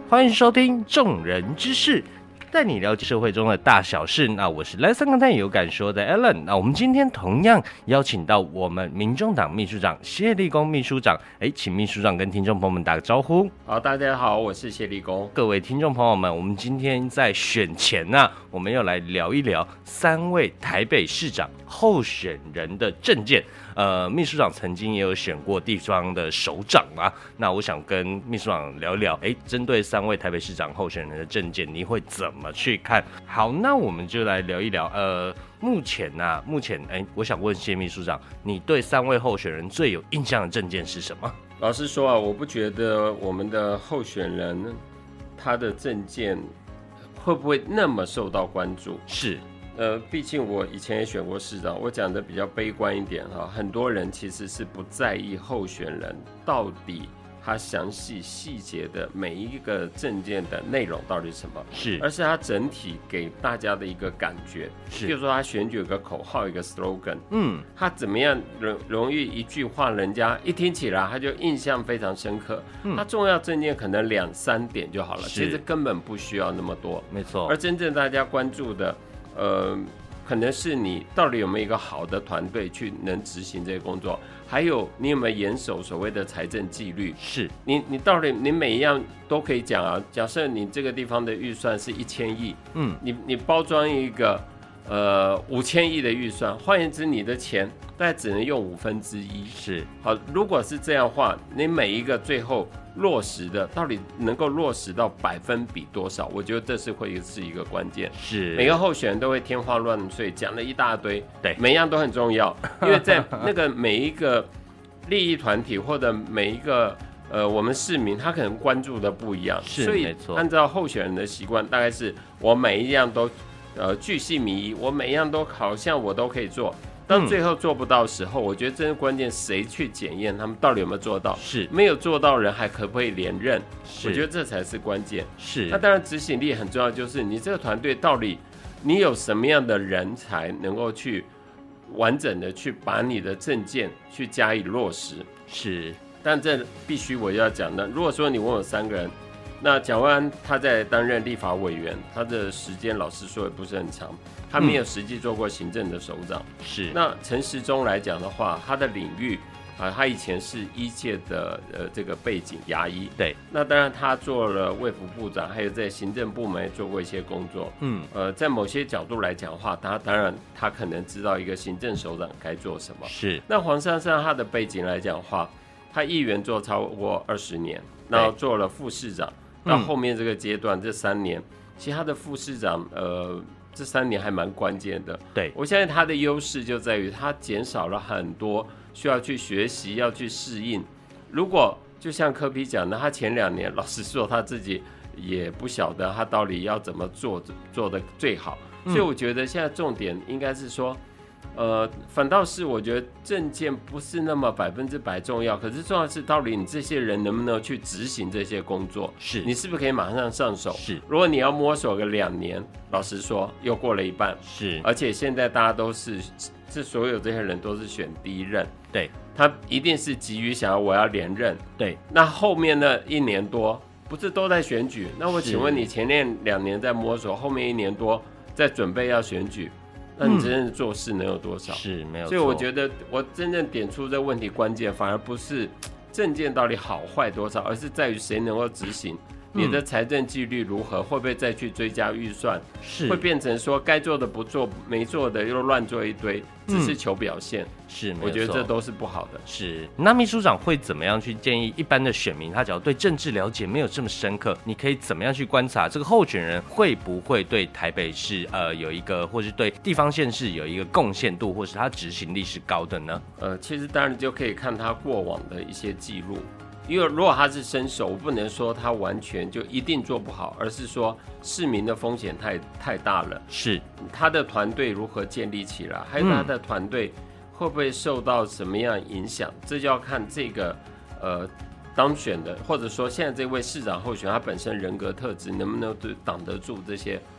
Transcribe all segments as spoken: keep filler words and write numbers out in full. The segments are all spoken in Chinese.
欢迎收听众人之事，带你了解社会中的大小事。那我是来三个探有感说的 Alan。那我们今天同样邀请到我们民众党秘书长谢立功秘书长，哎，请秘书长跟听众朋友们打个招呼。 好，大家好，我是谢立功。 各位听众朋友们，我们今天在选前呢、啊，我们要来聊一聊三位台北市长候选人的政见。呃，秘书长曾经也有选过地方的首长啊，那我想跟秘书长聊一聊，哎，针对三位台北市长候选人的政见，你会怎么去看？好，那我们就来聊一聊，呃，目前呢、啊，目前，哎，我想问谢秘书长，你对三位候选人最有印象的政见是什么？ 老实说啊，我不觉得我们的候选人他的政见会不会那么受到关注？ 是。 呃，毕竟我以前也选过市长，我讲的比较悲观一点哈，很多人其实是不在意候选人到底他详细细节的每一个政见的内容到底是什么， 是， 而是他整体给大家的一个感觉， 是， 比如说他选举有个口号，一个 slogan， 嗯， 他怎么样容容易一句话，人家一听起来他就印象非常深刻，嗯，他重要政见可能两三点就好了，其实根本不需要那么多， 没错， 而真正大家关注的。呃，可能是你到底有没有一个好的团队去能执行这些工作，还有你有没有严守所谓的财政纪律？ 是你，你到底你每一样都可以讲啊。假设你这个地方的预算是一千亿，嗯，你你包装一个呃五千亿的预算，换言之，你的钱大概只能用五分之一。 是， 好，如果是这样的话，你每一个最后落实的到底能够落实到百分比多少？我觉得这是会是一个关键。 是， 每个候选人都会天花乱坠，讲了一大堆， 对， 每一样都很重要，因为在那个每一个利益团体或者每一个呃我们市民，他可能关注的不一样， 是， 所以没错， 按照候选人的习惯，大概是我每一样都呃巨细靡遗，我每一样都好像我都可以做。当最后做不到的时候，嗯、我觉得真的关键，谁去检验他们到底有没有做到？ 是没有做到人还可不可以连任？我觉得这才是关键。 是， 那当然执行力很重要，就是你这个团队到底你有什么样的人才能够去完整的去把你的政见去加以落实？ 是， 但这必须我要讲的。如果说你问我三个人，那蒋万安他在担任立法委员，他的时间老实说也不是很长。他没有实际做过行政的首长， 嗯、是。 那陈时中来讲的话，他的领域啊，他以前是医界的呃这个背景，牙医。 对。 那当然他做了卫福部长，还有在行政部门做过一些工作。嗯。呃，在某些角度来讲的话，他当然他可能知道一个行政首长该做什么。 是。 那黄珊珊他的背景来讲的话，他议员做超过二十年，然后做了副市长，到后面这个阶段、嗯、这三年，其实他的副市长呃。这三年还蛮关键的， 对， 我相信他的优势就在于他减少了很多需要去学习、要去适应。如果就像柯 P 讲的，他前两年老实说他自己也不晓得他到底要怎么做做得最好，所以我觉得现在重点应该是说，呃，反倒是我觉得政见不是那么百分之百重要，可是重要的是到底你这些人能不能去执行这些工作， 是你是不是可以马上上手？ 是， 如果你要摸索个两年，老实说又过了一半， 是， 而且现在大家都是，这所有这些人都是选第一任， 对， 他一定是急于想要我要连任， 对， 那后面的一年多不是都在选举？那我请问你前面两年在摸索，后面一年多在准备要选举？那你真正做事能有多少？ 嗯、是没有， 所以我觉得我真正点出这问题关键，反而不是政见到底好坏多少，而是在于谁能够执行。你的财政纪律如何？会不会再去追加预算？ 是会变成说该做的不做，没做的又乱做一堆，只是求表现。嗯、 是， 我觉得这都是不好的。 是，那秘书长会怎么样去建议一般的选民？他只要对政治了解没有这么深刻，你可以怎么样去观察这个候选人会不会对台北市呃有一个，或是对地方县市有一个贡献度，或是他执行力是高的呢？ 呃，其实当然就可以看他过往的一些记录。因为如果他是新手，我不能说他完全就一定做不好，而是说市民的风险太太大了。 是他的团队如何建立起来，还有他的团队会不会受到什么样影响，嗯、这就要看这个呃当选的，或者说现在这位市长候选人他本身人格特质能不能挡得住这些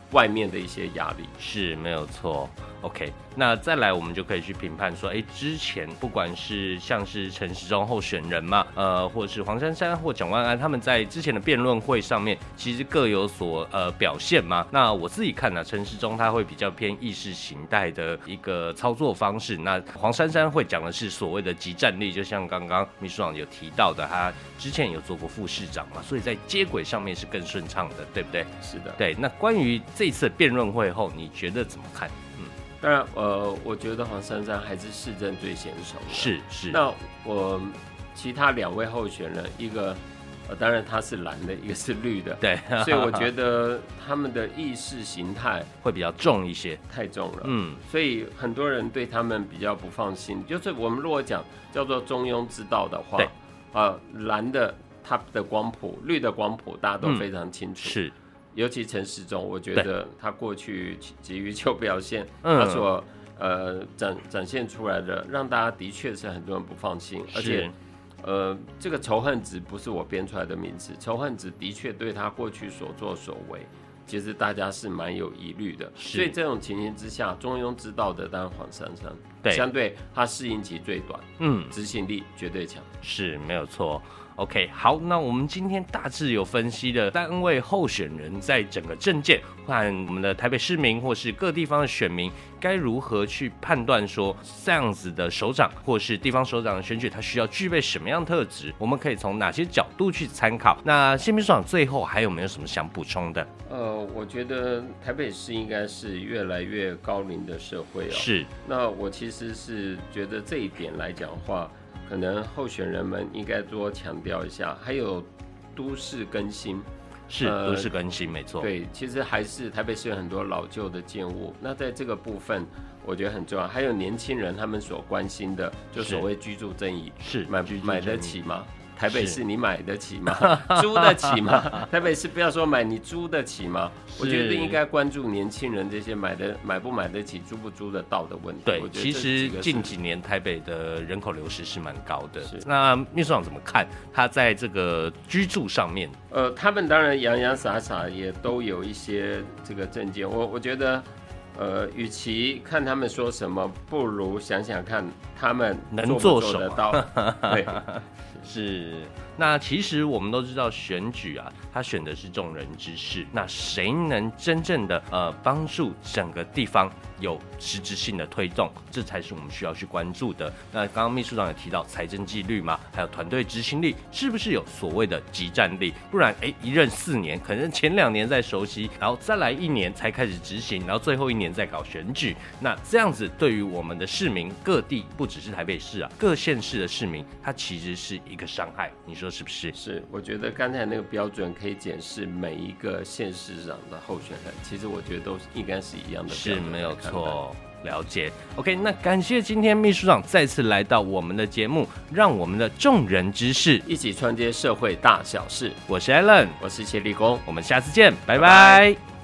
外面的一些压力。 是没有错。OK， 那再来我们就可以去评判说，哎，之前不管是像是陈时中候选人嘛，呃，或者是黄珊珊或蒋万安，他们在之前的辩论会上面，其实各有所呃表现嘛。那我自己看呢、啊，陈时中他会比较偏意识形态的一个操作方式，那黄珊珊会讲的是所谓的即战力，就像刚刚秘书长有提到的，他之前有做过副市长嘛，所以在接轨上面是更顺畅的，对不对？ 是的， 对。那关于这次辩论会后，你觉得怎么看？ 当然，呃，我觉得黄珊珊还是市政最娴熟的。 是是。 那我其他两位候选人，一个呃，当然他是蓝的，一个是绿的， 对， 所以我觉得他们的意识形态会比较重一些， 太重了。 嗯， 所以很多人对他们比较不放心。就是我们如果讲叫做中庸之道的话， 对， 啊、呃，蓝的他的光谱，绿的光谱大家都非常清楚。 嗯、是。 尤其陈时中，我觉得他过去急于求表现， 嗯、 他所呃展展现出来的，让大家的确是很多人不放心，而且呃这个仇恨值不是我编出来的名词，仇恨值的确对他过去所作所为，其实大家是蛮有疑虑的。所以这种情形之下，中庸之道的当然黄珊珊，对，相对他适应期最短，嗯，执行力绝对强， 是没有错。OK， 好，那我们今天大致有分析了三位候选人在整个政见，看我们的台北市民或是各地方的选民该如何去判断说这样子的首长或是地方首长的选举，他需要具备什么样的特质？我们可以从哪些角度去参考？那谢秘书长最后还有没有什么想补充的？ 呃，我觉得台北市应该是越来越高龄的社会哦。 是。 那我其实是觉得这一点来讲的话，可能候选人们应该多强调一下，还有都市更新， 是、呃、都市更新，没错。 对，其实还是台北市有很多老旧的建物，那在这个部分，我觉得很重要。还有年轻人他们所关心的，就所谓居住正义， 是买买得起吗？台北市你买得起吗？租得起吗？台北市不要说买，你租得起吗？我觉得应该关注年轻人这些买的买不买得起、租不租得到的问题。 对，其实近几年台北的人口流失是蛮高的。 是。 那秘书长怎么看他在这个居住上面？ 呃，他们当然洋洋洒洒也都有一些这个政见。我我觉得，呃，与其看他们说什么，不如想想看他们能做什么。 做得到。对。 是，那其实我们都知道选举啊，它选的是众人之事。那谁能真正的呃帮助整个地方有实质性的推动，这才是我们需要去关注的。那刚刚秘书长也提到财政纪律嘛，还有团队执行力，是不是有所谓的即战力？不然哎，一任四年，可能前两年在熟悉，然后再来一年才开始执行，然后最后一年再搞选举。那这样子对于我们的市民，各地不只是台北市啊，各县市的市民，它其实是一个伤害，你说是不是？ 是，我觉得刚才那个标准可以检视每一个县市长的候选人，其实我觉得都应该是一样的标准， 是没有错。了解 ，OK， 那感谢今天秘书长再次来到我们的节目，让我们的众人之事一起串接社会大小事。 我是 Alan， 我是谢立功， 我们下次见，拜拜。 拜拜。